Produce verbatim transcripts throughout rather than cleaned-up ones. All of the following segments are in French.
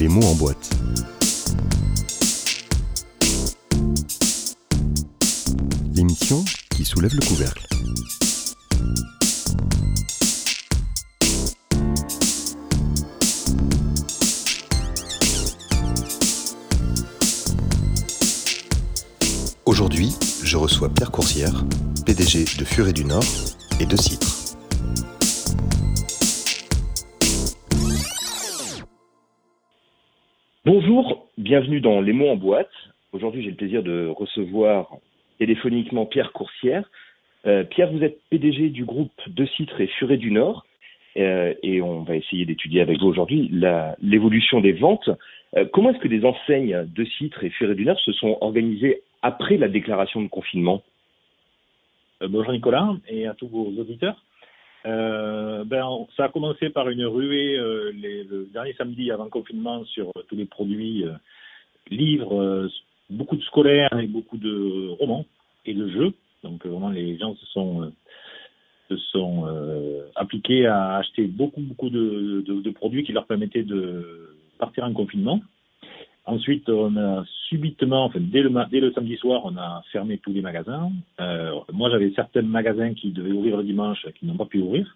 mots en boîte. L'émission qui soulève le couvercle. Aujourd'hui, je reçois Pierre Coursière, P D G de Furet du Nord et de Citre. Bonjour, bienvenue dans Les mots en boîte. Aujourd'hui, j'ai le plaisir de recevoir téléphoniquement Pierre Coursière. Euh, Pierre, vous êtes P D G du groupe De Citre et Furet du Nord. Euh, et on va essayer d'étudier avec vous aujourd'hui la, l'évolution des ventes. Euh, comment est-ce que les enseignes De Citre et Furet du Nord se sont organisées après la déclaration de confinement ? euh, Bonjour Nicolas et à tous vos auditeurs. Euh, ben, ça a commencé par une ruée euh, les, le dernier samedi avant le confinement sur euh, tous les produits euh, livres, euh, beaucoup de scolaires et beaucoup de romans et de jeux. Donc euh, vraiment les gens se sont, euh, se sont euh, appliqués à acheter beaucoup beaucoup de, de, de produits qui leur permettaient de partir en confinement. Ensuite, on a subitement, enfin, dès le, dès le samedi soir, on a fermé tous les magasins. Euh, moi, j'avais certains magasins qui devaient ouvrir le dimanche, qui n'ont pas pu ouvrir.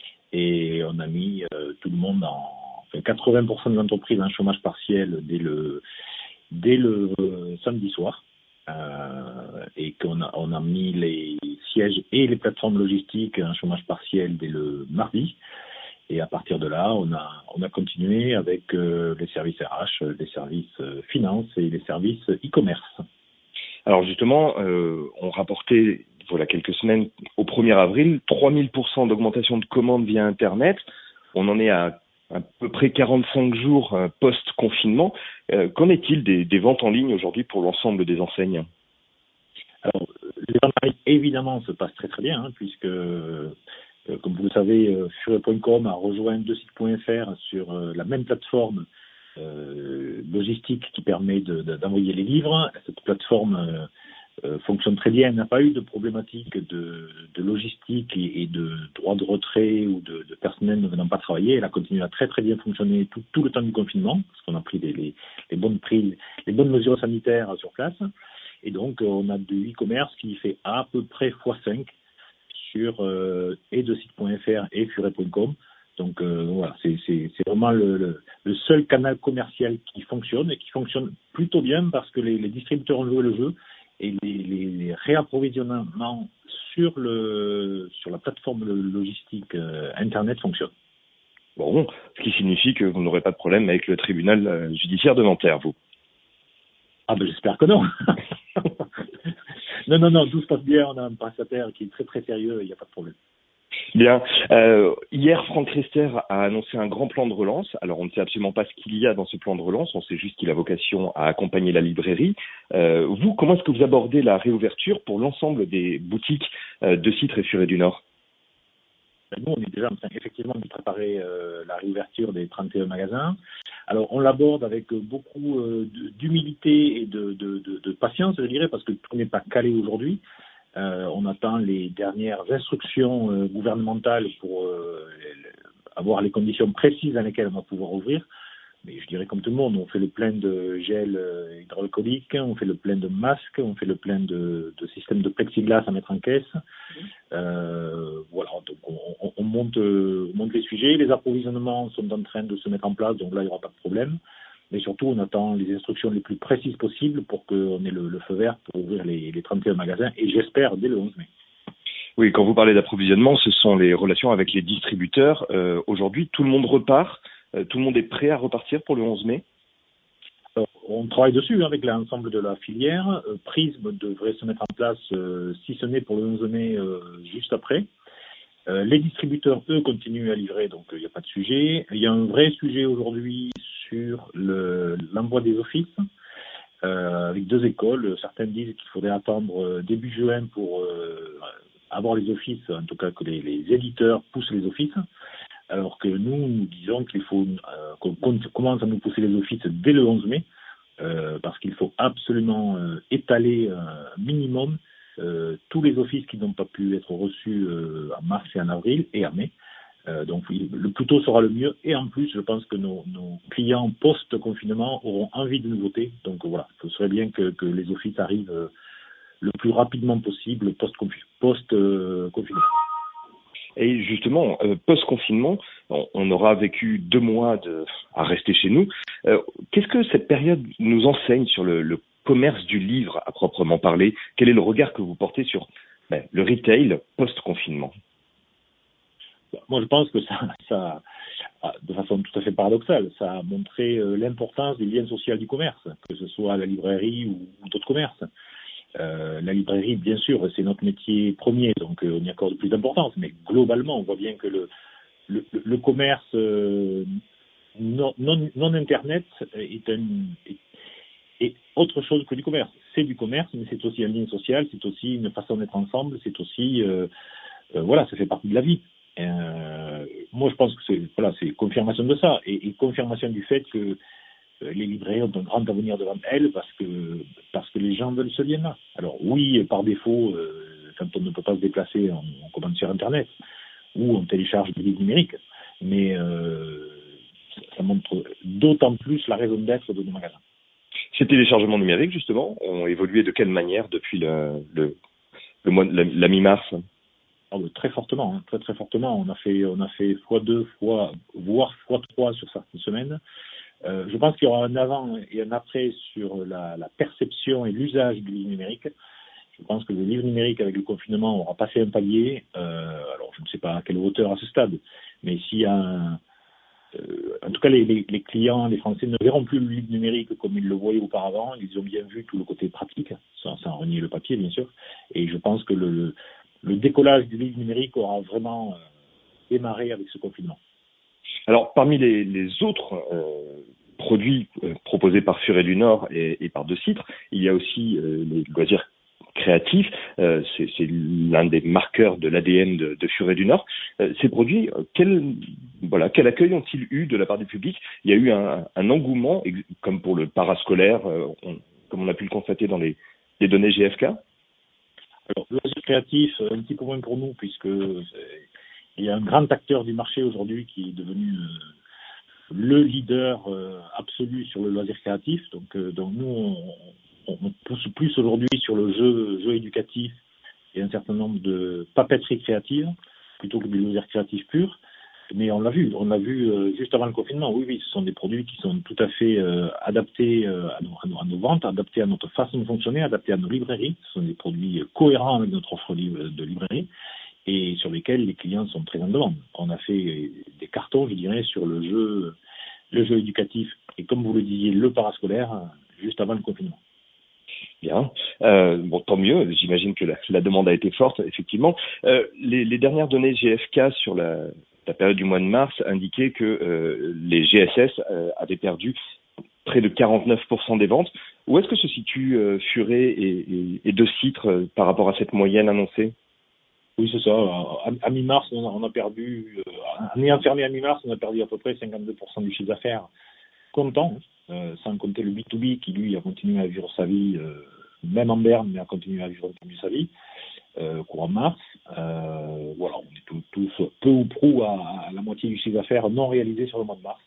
Et on a mis euh, tout le monde en, enfin, quatre-vingts pour cent des entreprises en chômage partiel dès le, dès le euh, samedi soir. Euh, et qu'on a, on a mis les sièges et les plateformes logistiques en chômage partiel dès le mardi. Et à partir de là, on a, on a continué avec euh, les services R H, les services euh, finances et les services e-commerce. Alors justement, euh, on rapportait, voilà quelques semaines, au premier avril, trois mille pour cent d'augmentation de commandes via Internet. On en est à à peu près quarante-cinq jours euh, post-confinement. Euh, qu'en est-il des, des ventes en ligne aujourd'hui pour l'ensemble des enseignes ? Alors, les ventes en ligne, évidemment, se passent très très bien, hein, puisque... Euh, Comme vous le savez, Furet point com a rejoint De Citre point F R sur euh, la même plateforme euh, logistique qui permet de, de, d'envoyer les livres. Cette plateforme euh, euh, fonctionne très bien. Elle n'a pas eu de problématique de, de logistique et, et de droit de retrait ou de, de personnel ne venant pas travailler. Elle a continué à très très bien fonctionner tout, tout le temps du confinement, parce qu'on a pris les, les, les, bonnes prises, les bonnes mesures sanitaires sur place. Et donc, on a du e-commerce qui fait à peu près fois cinq sur euh, et De Citre point F R et Furet point com. Donc euh, voilà, c'est, c'est, c'est vraiment le, le, le seul canal commercial qui fonctionne et qui fonctionne plutôt bien parce que les, les distributeurs ont joué le jeu et les, les, les réapprovisionnements sur, le, sur la plateforme logistique euh, Internet fonctionnent. Bon, ce qui signifie que vous n'aurez pas de problème avec le tribunal euh, judiciaire de Nanterre, vous. Ah ben j'espère que non. Non, non, non, tout se passe bien. On a un prestataire qui est très, très sérieux. Il n'y a pas de problème. Bien. Euh, hier, Franck Riester a annoncé un grand plan de relance. Alors, on ne sait absolument pas ce qu'il y a dans ce plan de relance. On sait juste qu'il a vocation à accompagner la librairie. Euh, vous, comment est-ce que vous abordez la réouverture pour l'ensemble des boutiques euh, De Citre et Furet du Nord ? Nous, on est déjà en train, effectivement, de préparer euh, la réouverture des trente et un magasins. Alors, on l'aborde avec beaucoup euh, d'humilité et de, de, de, de patience, je dirais, parce que tout n'est pas calé aujourd'hui. Euh, on attend les dernières instructions euh, gouvernementales pour euh, avoir les conditions précises dans lesquelles on va pouvoir ouvrir. Mais je dirais comme tout le monde, on fait le plein de gel euh, hydroalcoolique, on fait le plein de masques, on fait le plein de, de systèmes de plexiglas à mettre en caisse. Euh, voilà, donc on, on, on, monte, on monte les sujets, les approvisionnements sont en train de se mettre en place, donc là il n'y aura pas de problème. Mais surtout, on attend les instructions les plus précises possibles pour qu'on ait le, le feu vert pour ouvrir les, les trente et un magasins, et j'espère dès le onze mai. Oui, quand vous parlez d'approvisionnement, ce sont les relations avec les distributeurs. Euh, aujourd'hui, tout le monde repart, euh, tout le monde est prêt à repartir pour le onze mai ? Alors, on travaille dessus avec l'ensemble de la filière. Euh, Prism devrait se mettre en place, euh, si ce n'est pour le onze mai, euh, juste après. Euh, les distributeurs, eux, continuent à livrer, donc il euh, n'y a pas de sujet. Il y a un vrai sujet aujourd'hui sur le, l'envoi des offices, euh, avec deux écoles. Certains disent qu'il faudrait attendre euh, début juin pour euh, avoir les offices, en tout cas que les, les éditeurs poussent les offices, alors que nous, nous disons qu'il faut euh, qu'on, qu'on commence à nous pousser les offices dès le onze mai, euh, parce qu'il faut absolument euh, étaler un minimum euh, tous les offices qui n'ont pas pu être reçus euh, en mars et en avril et en mai. Euh, donc oui, le plus tôt sera le mieux. Et en plus, je pense que nos, nos clients post-confinement auront envie de nouveautés. Donc voilà, ce serait bien que, que les offices arrivent euh, le plus rapidement possible post-confinement. Post, euh, Et justement, euh, post-confinement, on, on aura vécu deux mois de, à rester chez nous. Euh, qu'est-ce que cette période nous enseigne sur le, le commerce du livre à proprement parler? Quel est le regard que vous portez sur ben, le retail post-confinement? Moi, je pense que ça, ça, de façon tout à fait paradoxale, ça a montré euh, l'importance du lien social du commerce, que ce soit la librairie ou, ou d'autres commerces. Euh, la librairie, bien sûr, c'est notre métier premier, donc euh, on y accorde plus d'importance. Mais globalement, on voit bien que le, le, le commerce euh, non, non, non Internet est, un, est, est autre chose que du commerce. C'est du commerce, mais c'est aussi un lien social, c'est aussi une façon d'être ensemble, c'est aussi, euh, euh, voilà, ça fait partie de la vie. Euh, moi, je pense que c'est, voilà, c'est confirmation de ça, et, et confirmation du fait que les librairies ont un grand avenir devant elles parce que, parce que les gens veulent ce lien-là. Alors oui, par défaut, euh, quand on ne peut pas se déplacer, on, on commande sur Internet ou on télécharge des livres numériques, mais euh, ça montre d'autant plus la raison d'être de nos magasins. Ces téléchargements numériques, justement, ont évolué de quelle manière depuis le, le, le mois, la, la mi-mars? Oh, très fortement, hein, très très fortement. On a fait, on a fait fois deux, fois, voire fois trois sur certaines semaines. Euh, je pense qu'il y aura un avant et un après sur la, la perception et l'usage du livre numérique. Je pense que le livre numérique avec le confinement aura passé un palier. Euh, alors, je ne sais pas à quelle hauteur à ce stade, mais s'il y a un... Euh, en tout cas, les, les, les clients, les Français ne verront plus le livre numérique comme ils le voyaient auparavant. Ils ont bien vu tout le côté pratique, sans, sans renier le papier, bien sûr. Et je pense que le, le, le décollage du livre numérique aura vraiment euh, démarré avec ce confinement. Alors, parmi les, les autres euh, produits euh, proposés par Furet du Nord et, et par De Citre, il y a aussi euh, les loisirs créatifs. Euh, c'est, c'est l'un des marqueurs de l'A D N de, de Furet du Nord. Euh, ces produits, euh, quel, voilà, quel accueil ont-ils eu de la part du public? Il y a eu un, un engouement, comme pour le parascolaire, euh, on, comme on a pu le constater dans les, les données G F K. Alors, loisirs créatifs, un petit peu moins pour nous, puisque il y a un grand acteur du marché aujourd'hui qui est devenu euh, le leader euh, absolu sur le loisir créatif. Donc, euh, donc nous, on, on pousse plus aujourd'hui sur le jeu, jeu éducatif et un certain nombre de papeteries créatives plutôt que des loisirs créatifs purs. Mais on l'a vu, on l'a vu euh, juste avant le confinement. Oui, oui, ce sont des produits qui sont tout à fait euh, adaptés euh, à, nos, à, nos, à nos ventes, adaptés à notre façon de fonctionner, adaptés à nos librairies. Ce sont des produits cohérents avec notre offre de librairie et sur lesquels les clients sont très en demande. On a fait des cartons, je dirais, sur le jeu, le jeu éducatif et, comme vous le disiez, le parascolaire, juste avant le confinement. Bien, euh, bon, tant mieux. J'imagine que la, la demande a été forte, effectivement. Euh, les, les dernières données G F K sur la, la période du mois de mars indiquaient que euh, les G S S euh, avaient perdu près de quarante-neuf pour cent des ventes. Où est-ce que se situe euh, Furet et, et, et De Citre euh, par rapport à cette moyenne annoncée? Oui, c'est ça. À, à mi-mars, on a, on a perdu, euh, en ayant fermé à mi-mars, on a perdu à peu près cinquante-deux pour cent du chiffre d'affaires comptant, euh, sans compter le B deux B qui, lui, a continué à vivre sa vie, euh, même en berne, mais a continué à vivre sa vie, euh, courant mars. Euh, voilà, on est tous, tous peu ou prou à, à la moitié du chiffre d'affaires non réalisé sur le mois de mars.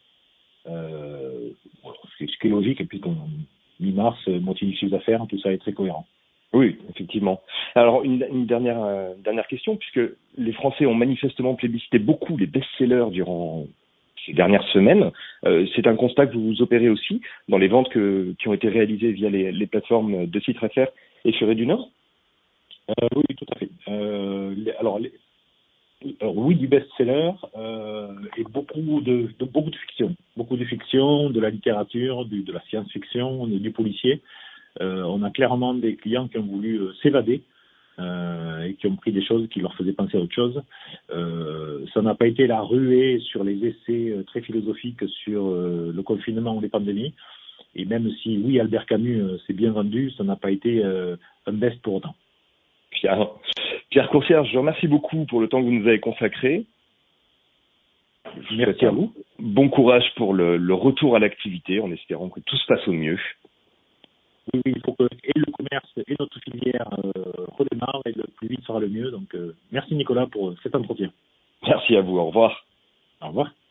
Euh, voilà, ce qui est logique, et puis mi-mars, moitié du chiffre d'affaires, tout ça est très cohérent. Oui, effectivement. Alors, une, une dernière, euh, dernière question, puisque les Français ont manifestement plébiscité beaucoup les best-sellers durant ces dernières semaines. Euh, c'est un constat que vous opérez aussi dans les ventes que, qui ont été réalisées via les, les plateformes De Citre F R et Furet du Nord? euh, Oui, tout à fait. Euh, les, alors, les, alors, oui, du best-seller euh, et beaucoup de, de, beaucoup de fiction. Beaucoup de fiction, de la littérature, du, de la science-fiction, du policier. Euh, on a clairement des clients qui ont voulu euh, s'évader euh, et qui ont pris des choses qui leur faisaient penser à autre chose. Euh, ça n'a pas été la ruée sur les essais euh, très philosophiques sur euh, le confinement ou les pandémies. Et même si, oui, Albert Camus euh, s'est bien vendu, ça n'a pas été euh, un best pour autant. Pierre, Pierre Coursière, je vous remercie beaucoup pour le temps que vous nous avez consacré. Merci à vous. Bon courage pour le, le retour à l'activité, en espérant que tout se passe au mieux. Oui, il faut que et le commerce et notre filière euh, redémarrent et le plus vite sera le mieux. Donc, euh, merci Nicolas pour cet entretien. Merci à vous, au revoir. revoir.